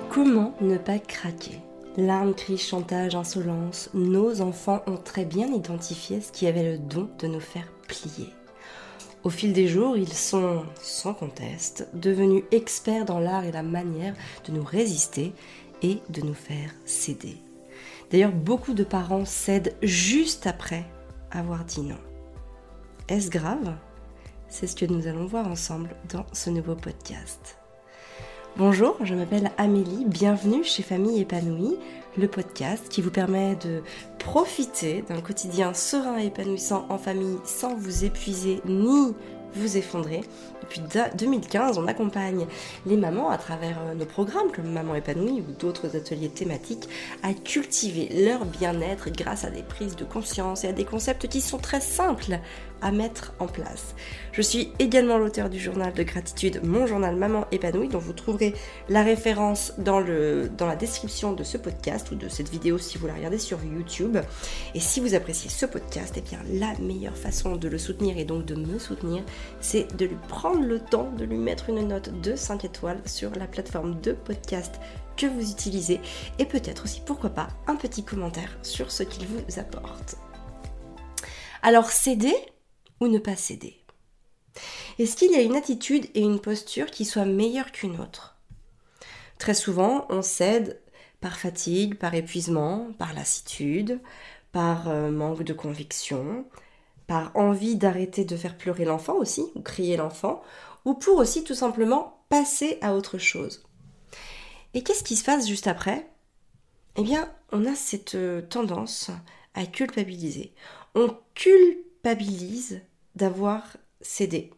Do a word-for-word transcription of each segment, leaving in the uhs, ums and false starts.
Comment ne pas craquer ? Larmes, cris, chantage, insolence, nos enfants ont très bien identifié ce qui avait le don de nous faire plier. Au fil des jours, ils sont, sans conteste, devenus experts dans l'art et la manière de nous résister et de nous faire céder. D'ailleurs, beaucoup de parents cèdent juste après avoir dit non. Est-ce grave ? C'est ce que nous allons voir ensemble dans ce nouveau podcast. Bonjour, je m'appelle Amélie, bienvenue chez Famille Épanouie, le podcast qui vous permet de profiter d'un quotidien serein et épanouissant en famille sans vous épuiser ni vous effondrer. Depuis deux mille quinze, on accompagne les mamans à travers nos programmes comme Maman Épanouie ou d'autres ateliers thématiques à cultiver leur bien-être grâce à des prises de conscience et à des concepts qui sont très simples à mettre en place. Je suis également l'auteur du journal de gratitude, mon journal Maman Épanouie, dont vous trouverez la référence dans, le, dans la description de ce podcast ou de cette vidéo si vous la regardez sur YouTube. Et si vous appréciez ce podcast, eh bien la meilleure façon de le soutenir et donc de me soutenir, c'est de lui prendre le temps de lui mettre une note de cinq étoiles sur la plateforme de podcast que vous utilisez et peut-être aussi, pourquoi pas, un petit commentaire sur ce qu'il vous apporte. Alors, céder ou ne pas céder ? Est-ce qu'il y a une attitude et une posture qui soient meilleures qu'une autre ? Très souvent, on cède par fatigue, par épuisement, par lassitude, par euh, manque de conviction, par envie d'arrêter de faire pleurer l'enfant aussi, ou crier l'enfant, ou pour aussi tout simplement passer à autre chose. Et qu'est-ce qui se passe juste après ? Eh bien, on a cette euh, tendance à culpabiliser. On culpabilise d'avoir cédé.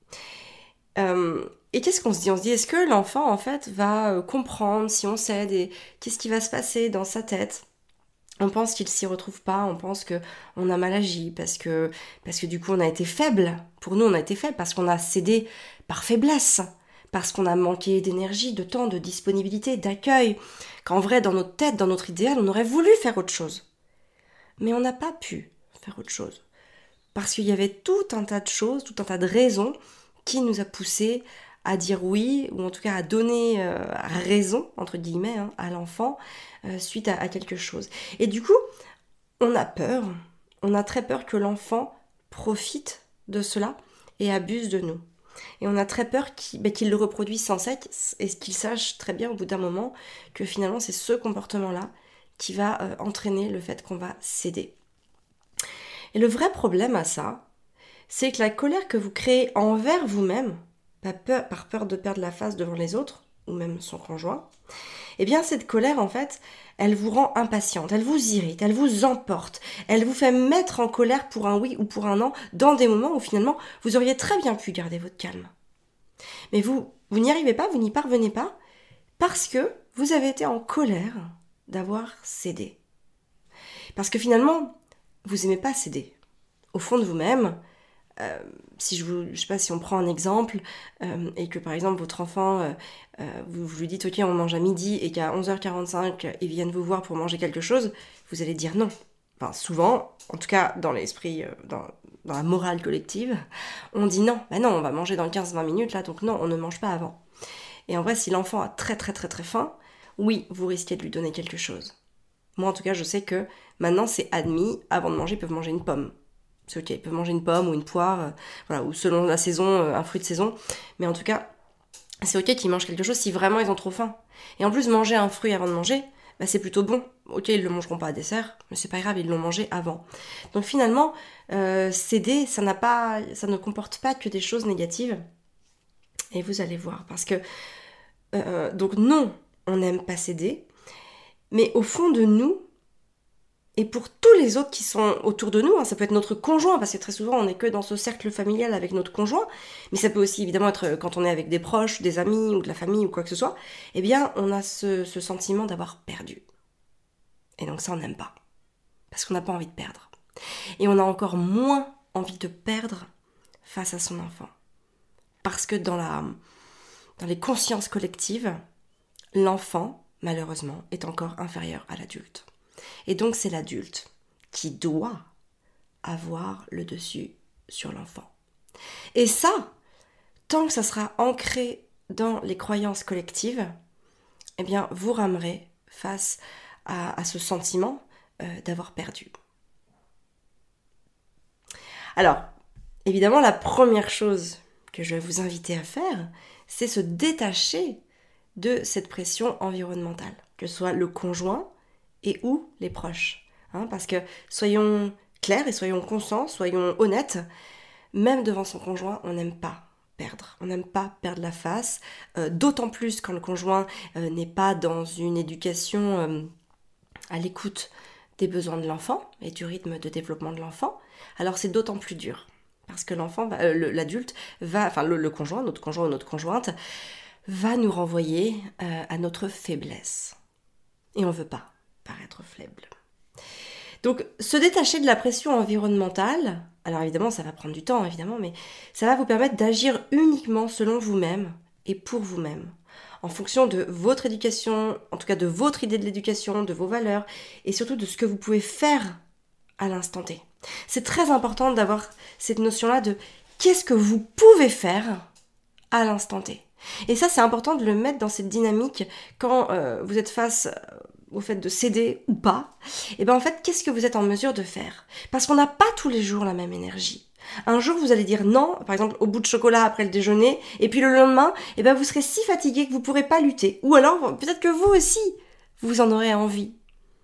Euh, et qu'est-ce qu'on se dit ? On se dit, est-ce que l'enfant, en fait, va euh, comprendre si on cède et qu'est-ce qui va se passer dans sa tête ? On pense qu'il s'y retrouve pas, on pense qu'on a mal agi, parce que, parce que du coup on a été faible. Pour nous on a été faible parce qu'on a cédé par faiblesse, parce qu'on a manqué d'énergie, de temps, de disponibilité, d'accueil. Qu'en vrai dans notre tête, dans notre idéal, on aurait voulu faire autre chose. Mais on n'a pas pu faire autre chose. Parce qu'il y avait tout un tas de choses, tout un tas de raisons qui nous a poussé à dire oui, ou en tout cas à donner euh, raison, entre guillemets, hein, à l'enfant, euh, suite à, à quelque chose. Et du coup, on a peur, on a très peur que l'enfant profite de cela et abuse de nous. Et on a très peur qu'il, bah, qu'il le reproduise sans cesse et qu'il sache très bien au bout d'un moment que finalement c'est ce comportement-là qui va euh, entraîner le fait qu'on va céder. Et le vrai problème à ça, c'est que la colère que vous créez envers vous-même, Par peur, par peur de perdre la face devant les autres, ou même son conjoint, eh bien cette colère en fait, elle vous rend impatiente, elle vous irrite, elle vous emporte, elle vous fait mettre en colère pour un oui ou pour un non, dans des moments où finalement vous auriez très bien pu garder votre calme. Mais vous, vous n'y arrivez pas, vous n'y parvenez pas, parce que vous avez été en colère d'avoir cédé. Parce que finalement, vous n'aimez pas céder. Au fond de vous-même, Euh, si je vous, je sais pas si on prend un exemple euh, et que par exemple votre enfant euh, euh, vous, vous lui dites ok on mange à midi et qu'à onze heures quarante-cinq ils viennent vous voir pour manger quelque chose, vous allez dire non. Enfin souvent, en tout cas dans l'esprit, euh, dans, dans la morale collective, on dit non, bah non on va manger dans quinze à vingt minutes là donc non on ne mange pas avant. Et en vrai si l'enfant a très très très très faim, oui vous risquez de lui donner quelque chose. Moi en tout cas je sais que maintenant c'est admis, avant de manger ils peuvent manger une pomme. C'est ok, ils peuvent manger une pomme ou une poire, euh, voilà, ou selon la saison, euh, un fruit de saison. Mais en tout cas, c'est ok qu'ils mangent quelque chose si vraiment ils ont trop faim. Et en plus, manger un fruit avant de manger, bah, c'est plutôt bon. Ok, ils le mangeront pas à dessert, mais c'est pas grave, ils l'ont mangé avant. Donc finalement, euh, céder, ça n'a pas, ça ne comporte pas que des choses négatives. Et vous allez voir, parce que euh, donc non, on n'aime pas céder, mais au fond de nous. Et pour tous les autres qui sont autour de nous, hein, ça peut être notre conjoint, parce que très souvent on n'est que dans ce cercle familial avec notre conjoint, mais ça peut aussi évidemment être quand on est avec des proches, des amis ou de la famille ou quoi que ce soit, eh bien on a ce, ce sentiment d'avoir perdu. Et donc ça on n'aime pas, parce qu'on n'a pas envie de perdre. Et on a encore moins envie de perdre face à son enfant. Parce que dans, la, dans les consciences collectives, l'enfant, malheureusement, est encore inférieur à l'adulte. Et donc c'est l'adulte qui doit avoir le dessus sur l'enfant. Et ça, tant que ça sera ancré dans les croyances collectives, eh bien, vous ramerez face à, à ce sentiment euh, d'avoir perdu. Alors, évidemment, la première chose que je vais vous inviter à faire, c'est se détacher de cette pression environnementale, que ce soit le conjoint et ou les proches. Hein, parce que soyons clairs et soyons conscients, soyons honnêtes, même devant son conjoint, on n'aime pas perdre. On n'aime pas perdre la face, euh, d'autant plus quand le conjoint euh, n'est pas dans une éducation euh, à l'écoute des besoins de l'enfant et du rythme de développement de l'enfant. Alors c'est d'autant plus dur, parce que l'enfant, va, euh, l'adulte va, enfin le, le conjoint, notre conjoint ou notre conjointe, va nous renvoyer euh, à notre faiblesse. Et on ne veut pas paraître faible. Donc, se détacher de la pression environnementale, alors évidemment, ça va prendre du temps, évidemment, mais ça va vous permettre d'agir uniquement selon vous-même et pour vous-même, en fonction de votre éducation, en tout cas de votre idée de l'éducation, de vos valeurs, et surtout de ce que vous pouvez faire à l'instant T. C'est très important d'avoir cette notion-là de qu'est-ce que vous pouvez faire à l'instant T. Et ça, c'est important de le mettre dans cette dynamique quand euh, vous êtes face au fait de céder ou pas. Et bien en fait, qu'est-ce que vous êtes en mesure de faire? Parce qu'on n'a pas tous les jours la même énergie. Un jour, vous allez dire non, par exemple au bout de chocolat après le déjeuner, et puis le lendemain, et ben vous serez si fatigué que vous ne pourrez pas lutter. Ou alors, peut-être que vous aussi, vous en aurez envie.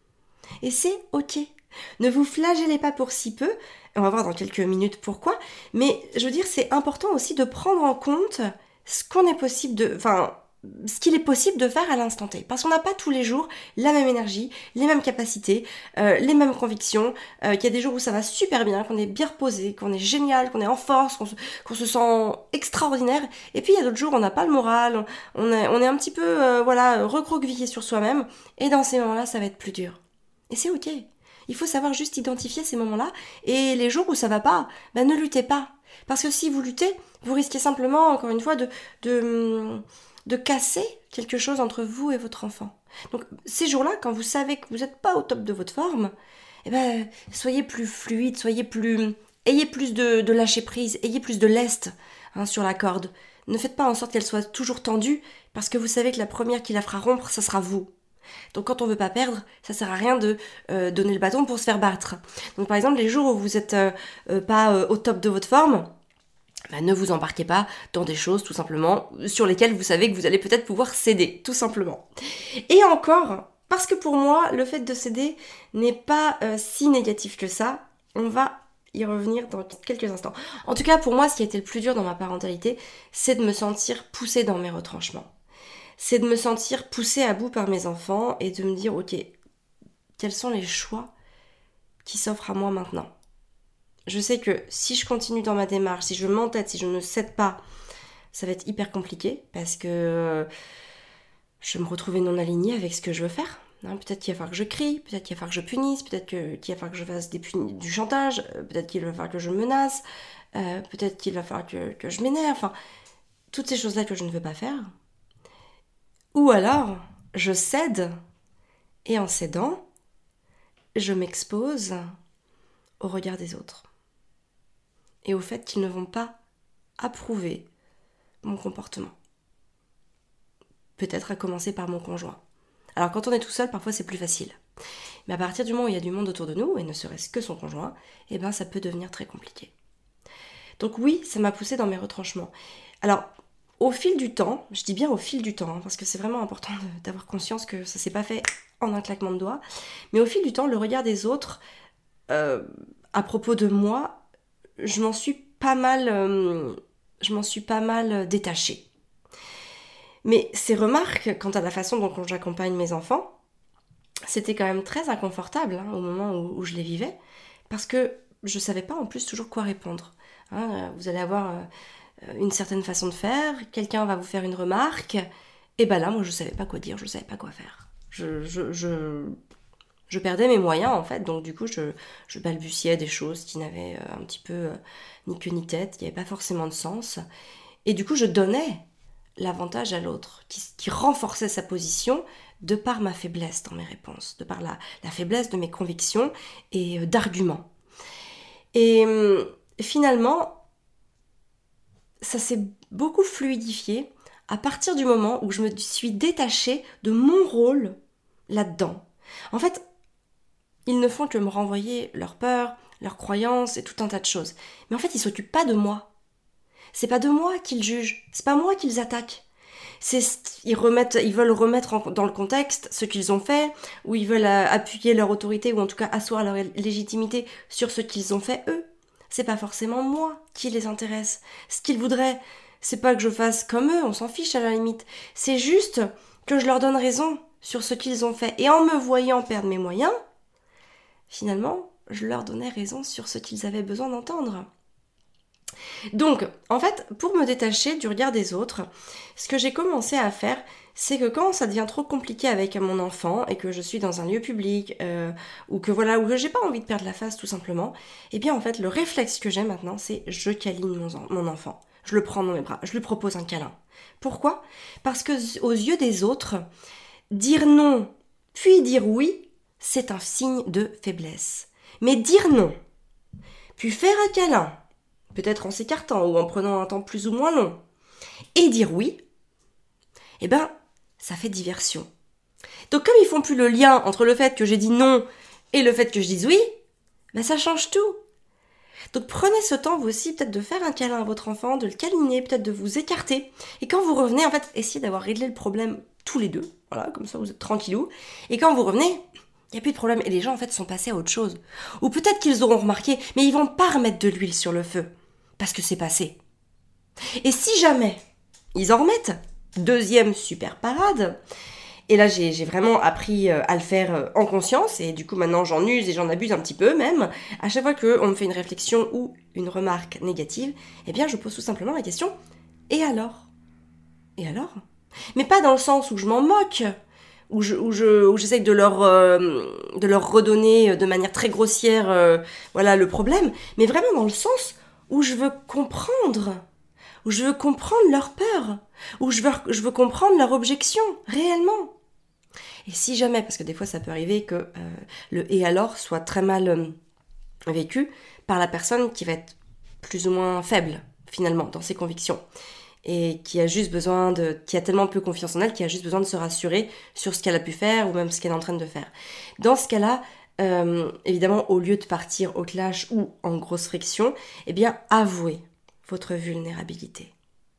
Et c'est ok. Ne vous flagellez pas pour si peu. On va voir dans quelques minutes pourquoi. Mais je veux dire, c'est important aussi de prendre en compte ce qu'on est possible de, enfin, ce qu'il est possible de faire à l'instant T. Parce qu'on n'a pas tous les jours la même énergie, les mêmes capacités, euh, les mêmes convictions, euh, qu'il y a des jours où ça va super bien, qu'on est bien reposé, qu'on est génial, qu'on est en force, qu'on se, qu'on se sent extraordinaire. Et puis il y a d'autres jours où on n'a pas le moral, on est, on est un petit peu, euh, voilà, recroquevillé sur soi-même. Et dans ces moments-là, ça va être plus dur. Et c'est ok. Il faut savoir juste identifier ces moments-là. Et les jours où ça va pas, ben ne luttez pas. Parce que si vous luttez, vous risquez simplement, encore une fois, de, de, de casser quelque chose entre vous et votre enfant. Donc ces jours-là, quand vous savez que vous n'êtes pas au top de votre forme, eh ben, soyez plus fluide, soyez plus, ayez plus de, de lâcher prise, ayez plus de lest hein, sur la corde. Ne faites pas en sorte qu'elle soit toujours tendue, parce que vous savez que la première qui la fera rompre, ça sera vous. Donc quand on veut pas perdre, ça sert à rien de euh, donner le bâton pour se faire battre. Donc par exemple, les jours où vous êtes euh, euh, pas euh, au top de votre forme, bah, ne vous embarquez pas dans des choses tout simplement sur lesquelles vous savez que vous allez peut-être pouvoir céder, tout simplement. Et encore, parce que pour moi, le fait de céder n'est pas euh, si négatif que ça, on va y revenir dans quelques instants. En tout cas, pour moi, ce qui a été le plus dur dans ma parentalité, c'est de me sentir poussée dans mes retranchements. C'est de me sentir poussée à bout par mes enfants et de me dire, ok, quels sont les choix qui s'offrent à moi maintenant? Je sais que si je continue dans ma démarche, si je m'entête, si je ne cède pas, ça va être hyper compliqué parce que je vais me retrouver non alignée avec ce que je veux faire. Hein, peut-être qu'il va falloir que je crie, peut-être qu'il va falloir que je punisse, peut-être que, qu'il va falloir que je fasse des puni- du chantage, peut-être qu'il va falloir que je menace, euh, peut-être qu'il va falloir que, que je m'énerve, enfin, toutes ces choses-là que je ne veux pas faire. Ou alors, je cède, et en cédant, je m'expose au regard des autres. Et au fait qu'ils ne vont pas approuver mon comportement. Peut-être à commencer par mon conjoint. Alors quand on est tout seul, parfois c'est plus facile. Mais à partir du moment où il y a du monde autour de nous, et ne serait-ce que son conjoint, eh ben ça peut devenir très compliqué. Donc oui, ça m'a poussée dans mes retranchements. Alors, au fil du temps, je dis bien au fil du temps, hein, parce que c'est vraiment important de, d'avoir conscience que ça s'est pas fait en un claquement de doigts, mais au fil du temps, le regard des autres, euh, à propos de moi, je m'en suis pas mal, euh, je m'en suis pas mal détachée. Mais ces remarques, quant à la façon dont j'accompagne mes enfants, c'était quand même très inconfortable hein, au moment où, où je les vivais, parce que je savais pas en plus toujours quoi répondre. Hein, vous allez avoir euh, une certaine façon de faire, quelqu'un va vous faire une remarque, et ben là, moi, je savais pas quoi dire, je savais pas quoi faire. Je, je, je, je perdais mes moyens, en fait, donc du coup, je, je balbutiais des choses qui n'avaient euh, un petit peu euh, ni queue ni tête, qui n'avaient pas forcément de sens, et du coup, je donnais l'avantage à l'autre, qui, qui renforçait sa position de par ma faiblesse dans mes réponses, de par la, la faiblesse de mes convictions et euh, d'arguments. Et euh, finalement, ça s'est beaucoup fluidifié à partir du moment où je me suis détachée de mon rôle là-dedans. En fait, ils ne font que me renvoyer leurs peurs, leurs croyances et tout un tas de choses. Mais en fait, ils s'occupent pas de moi. C'est pas de moi qu'ils jugent, c'est pas moi qu'ils attaquent. C'est, ils, remettent, ils veulent remettre en, dans le contexte ce qu'ils ont fait, ou ils veulent euh, appuyer leur autorité, ou en tout cas asseoir leur légitimité sur ce qu'ils ont fait eux. C'est pas forcément moi qui les intéresse. Ce qu'ils voudraient, c'est pas que je fasse comme eux, on s'en fiche à la limite. C'est juste que je leur donne raison sur ce qu'ils ont fait. Et en me voyant perdre mes moyens, finalement, je leur donnais raison sur ce qu'ils avaient besoin d'entendre. Donc, en fait, pour me détacher du regard des autres, ce que j'ai commencé à faire, c'est que quand ça devient trop compliqué avec mon enfant et que je suis dans un lieu public euh, ou que voilà, ou que j'ai pas envie de perdre la face tout simplement, eh bien en fait, le réflexe que j'ai maintenant, c'est je câline mon, mon enfant. Je le prends dans mes bras, je lui propose un câlin. Pourquoi ? Parce que aux yeux des autres, dire non puis dire oui, c'est un signe de faiblesse. Mais dire non, puis faire un câlin, peut-être en s'écartant ou en prenant un temps plus ou moins long, et dire oui, eh ben, ça fait diversion. Donc comme ils font plus le lien entre le fait que j'ai dit non et le fait que je dise oui, ben ça change tout. Donc prenez ce temps vous aussi peut-être de faire un câlin à votre enfant, de le câliner, peut-être de vous écarter, et quand vous revenez, en fait, essayez d'avoir réglé le problème tous les deux, voilà, comme ça vous êtes tranquillou, et quand vous revenez, il n'y a plus de problème, et les gens en fait sont passés à autre chose. Ou peut-être qu'ils auront remarqué, mais ils vont pas remettre de l'huile sur le feu, parce que c'est passé. Et si jamais ils en remettent, deuxième super parade, et là j'ai, j'ai vraiment appris à le faire en conscience, et du coup maintenant j'en use et j'en abuse un petit peu même, à chaque fois qu'on me fait une réflexion ou une remarque négative, eh bien je pose tout simplement la question, et alors ? Et alors ? Mais pas dans le sens où je m'en moque, où, je, où, je, où j'essaye de leur, euh, de leur redonner de manière très grossière euh, voilà, le problème, mais vraiment dans le sens où je veux comprendre, où je veux comprendre leur peur, où je veux, je veux comprendre leur objection, réellement. Et si jamais, parce que des fois ça peut arriver que euh, le « et alors » soit très mal euh, vécu par la personne qui va être plus ou moins faible, finalement, dans ses convictions, et qui a juste besoin de, qui a tellement peu confiance en elle, qui a juste besoin de se rassurer sur ce qu'elle a pu faire, ou même ce qu'elle est en train de faire. Dans ce cas-là, euh, évidemment, au lieu de partir au clash ou en grosse friction, eh bien, avouez votre vulnérabilité.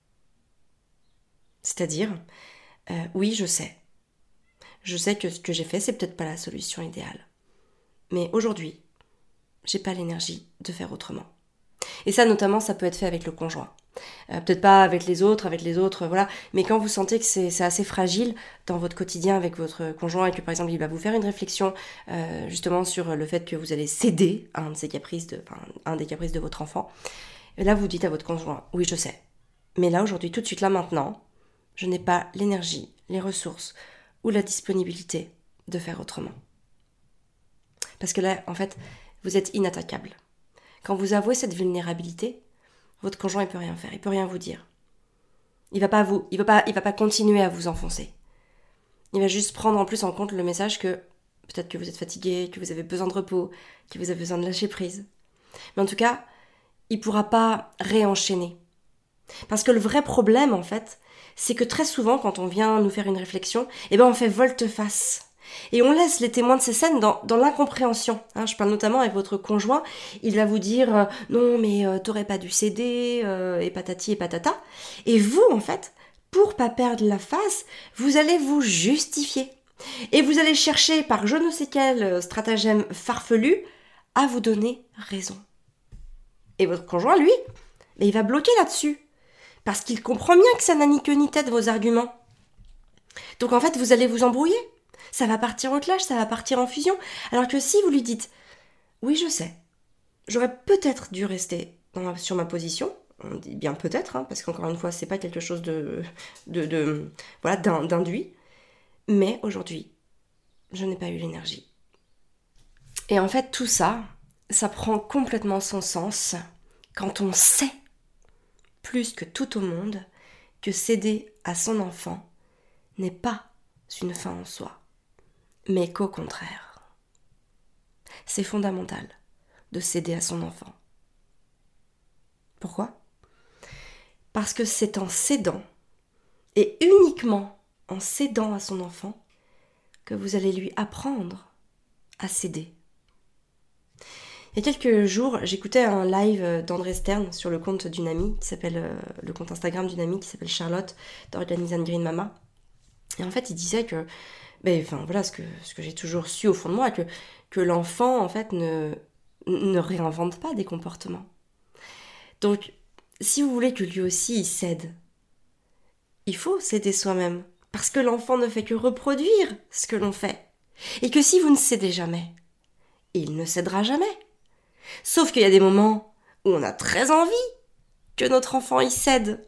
C'est-à-dire, euh, oui, je sais. Je sais que ce que j'ai fait, c'est peut-être pas la solution idéale. Mais aujourd'hui, j'ai pas l'énergie de faire autrement. Et ça, notamment, ça peut être fait avec le conjoint. Euh, peut-être pas avec les autres, avec les autres, voilà. Mais quand vous sentez que c'est, c'est assez fragile dans votre quotidien avec votre conjoint et que, par exemple, il va vous faire une réflexion euh, justement sur le fait que vous allez céder à un de ces caprices, de, enfin, un des caprices de votre enfant, et là, vous dites à votre conjoint, oui, je sais. Mais là, aujourd'hui, tout de suite, là, maintenant, je n'ai pas l'énergie, les ressources ou la disponibilité de faire autrement. Parce que là, en fait, vous êtes inattaquable. Quand vous avouez cette vulnérabilité, votre conjoint, il peut rien faire, il peut rien vous dire. Il va pas vous, il va pas, il va pas continuer à vous enfoncer. Il va juste prendre en plus en compte le message que peut-être que vous êtes fatigué, que vous avez besoin de repos, que vous avez besoin de lâcher prise. Mais en tout cas, il pourra pas réenchaîner. Parce que le vrai problème, en fait, c'est que très souvent, quand on vient nous faire une réflexion, eh ben on fait volte-face. Et on laisse les témoins de ces scènes dans, dans l'incompréhension. Hein, je parle notamment avec votre conjoint, il va vous dire euh, « Non, mais euh, t'aurais pas dû céder, euh, et patati et patata ». Et vous, en fait, pour pas perdre la face, vous allez vous justifier. Et vous allez chercher, par je ne sais quel stratagème farfelu, à vous donner raison. Et votre conjoint, lui, mais il va bloquer là-dessus. Parce qu'il comprend bien que ça n'a ni queue ni tête vos arguments. Donc en fait, vous allez vous embrouiller. Ça va partir au clash, ça va partir en fusion. Alors que si vous lui dites « Oui, je sais, j'aurais peut-être dû rester dans ma, sur ma position », on dit bien peut-être, hein, parce qu'encore une fois, c'est pas quelque chose de, de, de voilà, d'induit, mais aujourd'hui, je n'ai pas eu l'énergie. Et en fait, tout ça, ça prend complètement son sens quand on sait, plus que tout au monde, que céder à son enfant n'est pas une fin en soi, mais qu'au contraire. C'est fondamental de céder à son enfant. Pourquoi ? Parce que c'est en cédant Et uniquement en cédant à son enfant que vous allez lui apprendre à céder. Il y a quelques jours, j'écoutais un live d'André Stern sur le compte d'une amie qui s'appelle, euh, le compte Instagram d'une amie qui s'appelle Charlotte d'Organize and Green Mama. Et en fait, il disait que, ben, enfin voilà, ce que, ce que j'ai toujours su au fond de moi, que, que l'enfant, en fait, ne, ne réinvente pas des comportements. Donc, si vous voulez que lui aussi il cède, il faut céder soi-même. Parce que l'enfant ne fait que reproduire ce que l'on fait. Et que si vous ne cédez jamais, il ne cédera jamais. Sauf qu'il y a des moments où on a très envie que notre enfant y cède.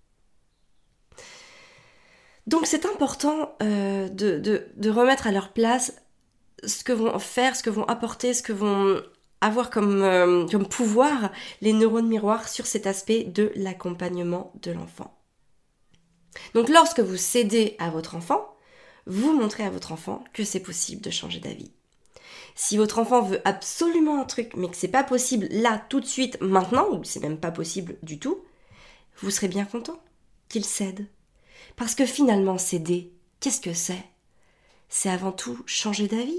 Donc c'est important euh, de, de, de remettre à leur place ce que vont faire, ce que vont apporter, ce que vont avoir comme, euh, comme pouvoir les neurones miroirs sur cet aspect de l'accompagnement de l'enfant. Donc lorsque vous cédez à votre enfant, vous montrez à votre enfant que c'est possible de changer d'avis. Si votre enfant veut absolument un truc, mais que c'est pas possible là, tout de suite, maintenant, ou c'est même pas possible du tout, vous serez bien content qu'il cède. Parce que finalement, céder, qu'est-ce que c'est ? C'est avant tout changer d'avis.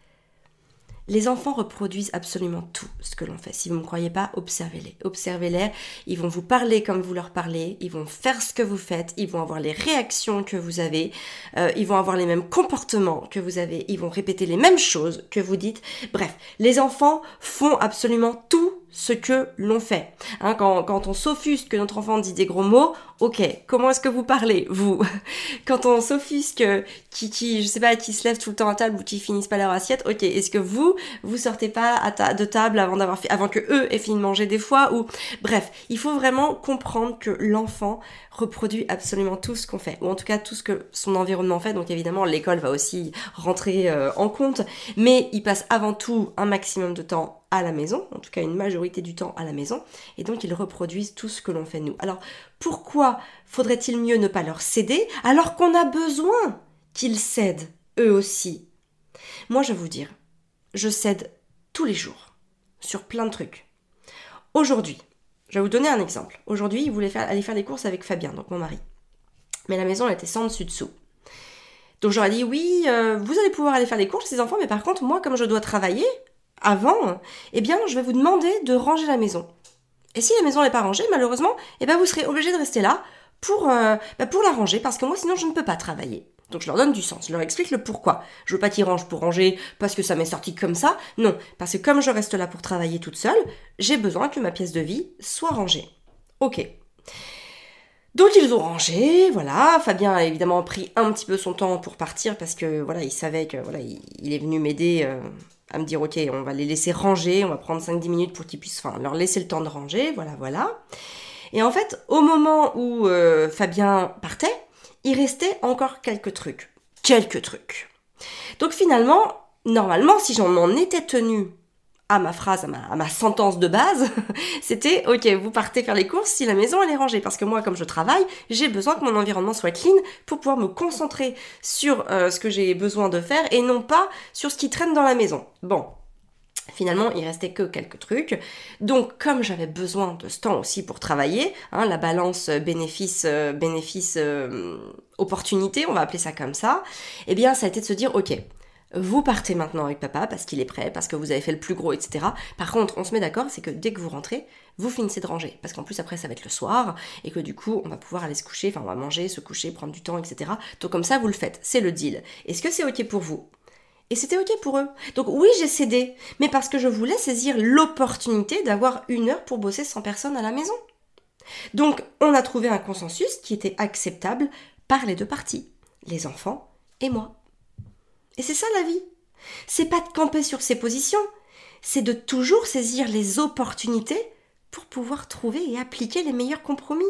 Les enfants reproduisent absolument tout ce que l'on fait. Si vous ne me croyez pas, observez-les. Observez-les, ils vont vous parler comme vous leur parlez, ils vont faire ce que vous faites, ils vont avoir les réactions que vous avez, euh, ils vont avoir les mêmes comportements que vous avez, ils vont répéter les mêmes choses que vous dites. Bref, les enfants font absolument tout ce que l'on fait. Hein, quand, quand on s'offusque que notre enfant dit des gros mots, ok, comment est-ce que vous parlez, vous ? Quand on s'offusque qui, qui, je sais pas, qui se lève tout le temps à table ou qui finissent pas leur assiette, ok, est-ce que vous, vous sortez pas à ta, de table avant d'avoir fait, avant que eux aient fini de manger des fois ou, bref, il faut vraiment comprendre que l'enfant reproduit absolument tout ce qu'on fait, ou en tout cas tout ce que son environnement fait, donc évidemment l'école va aussi rentrer euh, en compte, mais il passe avant tout un maximum de temps à la maison, en tout cas une majorité du temps à la maison, et donc ils reproduisent tout ce que l'on fait nous. Alors pourquoi faudrait-il mieux ne pas leur céder alors qu'on a besoin qu'ils cèdent eux aussi ? Moi je vais vous dire, je cède tous les jours sur plein de trucs. Aujourd'hui, je vais vous donner un exemple. Aujourd'hui, il voulait faire, aller faire des courses avec Fabien, donc mon mari. Mais la maison elle était sans dessus dessous. Donc j'aurais dit oui, euh, vous allez pouvoir aller faire les courses les enfants, mais par contre moi comme je dois travailler avant, eh bien, je vais vous demander de ranger la maison. Et si la maison n'est pas rangée, malheureusement, eh ben, vous serez obligé de rester là pour, euh, bah, pour la ranger, parce que moi, sinon, je ne peux pas travailler. Donc, je leur donne du sens, je leur explique le pourquoi. Je veux pas qu'ils rangent pour ranger, parce que ça m'est sorti comme ça. Non, parce que comme je reste là pour travailler toute seule, j'ai besoin que ma pièce de vie soit rangée. Ok. Donc ils ont rangé, voilà. Fabien a évidemment pris un petit peu son temps pour partir, parce que voilà, il savait que voilà, il, il est venu m'aider... Euh, à me dire ok, on va les laisser ranger, on va prendre cinq dix minutes pour qu'ils puissent, enfin, leur laisser le temps de ranger, voilà, voilà. Et en fait, au moment où euh, Fabien partait, il restait encore quelques trucs. Quelques trucs. Donc finalement, normalement, si j'en m'en étais tenue à ma phrase, à ma, à ma sentence de base, c'était ok, vous partez faire les courses si la maison elle est rangée, parce que moi comme je travaille, j'ai besoin que mon environnement soit clean pour pouvoir me concentrer sur euh, ce que j'ai besoin de faire et non pas sur ce qui traîne dans la maison. Bon, finalement il restait que quelques trucs, donc comme j'avais besoin de ce temps aussi pour travailler, hein, la balance bénéfice euh, bénéfice euh, opportunité, on va appeler ça comme ça, eh bien ça a été de se dire ok, vous partez maintenant avec papa parce qu'il est prêt, parce que vous avez fait le plus gros, et cetera. Par contre, on se met d'accord, c'est que dès que vous rentrez, vous finissez de ranger. Parce qu'en plus, après, ça va être le soir, et que du coup, on va pouvoir aller se coucher, enfin, on va manger, se coucher, prendre du temps, et cetera. Donc comme ça, vous le faites. C'est le deal. Est-ce que c'est ok pour vous ? Et c'était ok pour eux. Donc oui, j'ai cédé, mais parce que je voulais saisir l'opportunité d'avoir une heure pour bosser sans personne à la maison. Donc, on a trouvé un consensus qui était acceptable par les deux parties, les enfants et moi. Et c'est ça la vie. C'est pas de camper sur ses positions, c'est de toujours saisir les opportunités pour pouvoir trouver et appliquer les meilleurs compromis.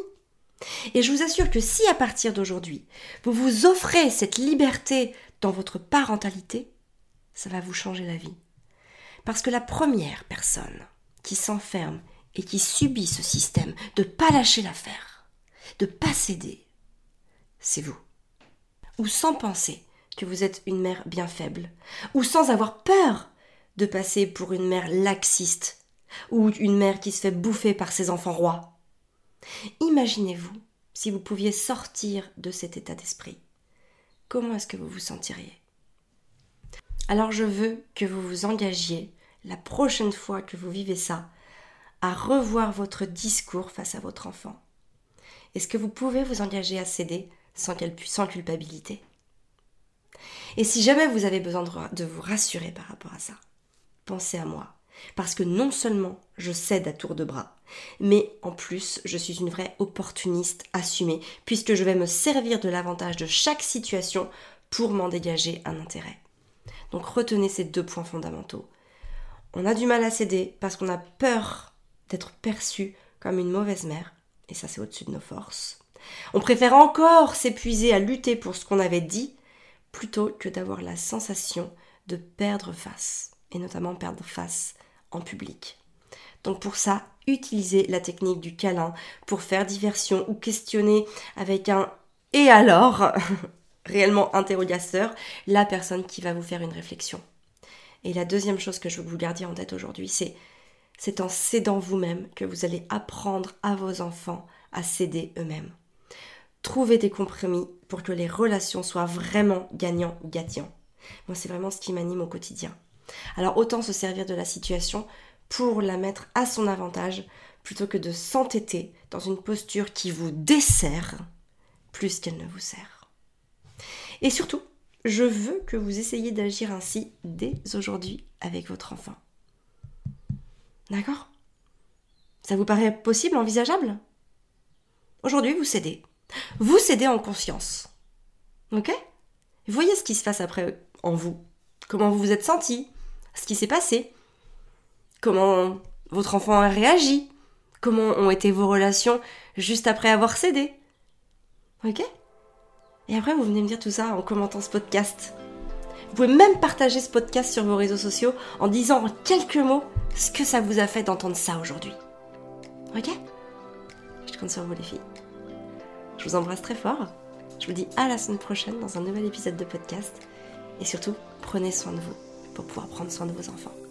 Et je vous assure que si à partir d'aujourd'hui, vous vous offrez cette liberté dans votre parentalité, ça va vous changer la vie. Parce que la première personne qui s'enferme et qui subit ce système de pas lâcher l'affaire, de pas céder, c'est vous. Ou sans penser que vous êtes une mère bien faible, ou sans avoir peur de passer pour une mère laxiste, ou une mère qui se fait bouffer par ses enfants rois. Imaginez-vous si vous pouviez sortir de cet état d'esprit, comment est-ce que vous vous sentiriez ? Alors je veux que vous vous engagiez, la prochaine fois que vous vivez ça, à revoir votre discours face à votre enfant. Est-ce que vous pouvez vous engager à céder sans, sans culpabilité ? Et si jamais vous avez besoin de, de vous rassurer par rapport à ça, pensez à moi. Parce que non seulement je cède à tour de bras, mais en plus je suis une vraie opportuniste assumée, puisque je vais me servir de l'avantage de chaque situation pour m'en dégager un intérêt. Donc retenez ces deux points fondamentaux. On a du mal à céder parce qu'on a peur d'être perçu comme une mauvaise mère, et ça c'est au-dessus de nos forces. On préfère encore s'épuiser à lutter pour ce qu'on avait dit, plutôt que d'avoir la sensation de perdre face, et notamment perdre face en public. Donc pour ça, utilisez la technique du câlin pour faire diversion ou questionner avec un « et alors ?» réellement interrogateur, la personne qui va vous faire une réflexion. Et la deuxième chose que je veux que vous gardiez en tête aujourd'hui, c'est c'est en cédant vous-même que vous allez apprendre à vos enfants à céder eux-mêmes. Trouvez des compromis pour que les relations soient vraiment gagnant-gagnant. Moi, c'est vraiment ce qui m'anime au quotidien. Alors, autant se servir de la situation pour la mettre à son avantage, plutôt que de s'entêter dans une posture qui vous dessert plus qu'elle ne vous sert. Et surtout, je veux que vous essayiez d'agir ainsi dès aujourd'hui avec votre enfant. D'accord ? Ça vous paraît possible, envisageable ? Aujourd'hui, vous cédez. Vous cédez en conscience. Ok ? Voyez ce qui se passe après en vous. Comment vous vous êtes senti ? Ce qui s'est passé ? Comment votre enfant a réagi ? Comment ont été vos relations juste après avoir cédé ? Ok ? Et après, vous venez me dire tout ça en commentant ce podcast. Vous pouvez même partager ce podcast sur vos réseaux sociaux en disant en quelques mots ce que ça vous a fait d'entendre ça aujourd'hui. Ok ? Je compte sur vous les filles. Je vous embrasse très fort. Je vous dis à la semaine prochaine dans un nouvel épisode de podcast. Et surtout, prenez soin de vous pour pouvoir prendre soin de vos enfants.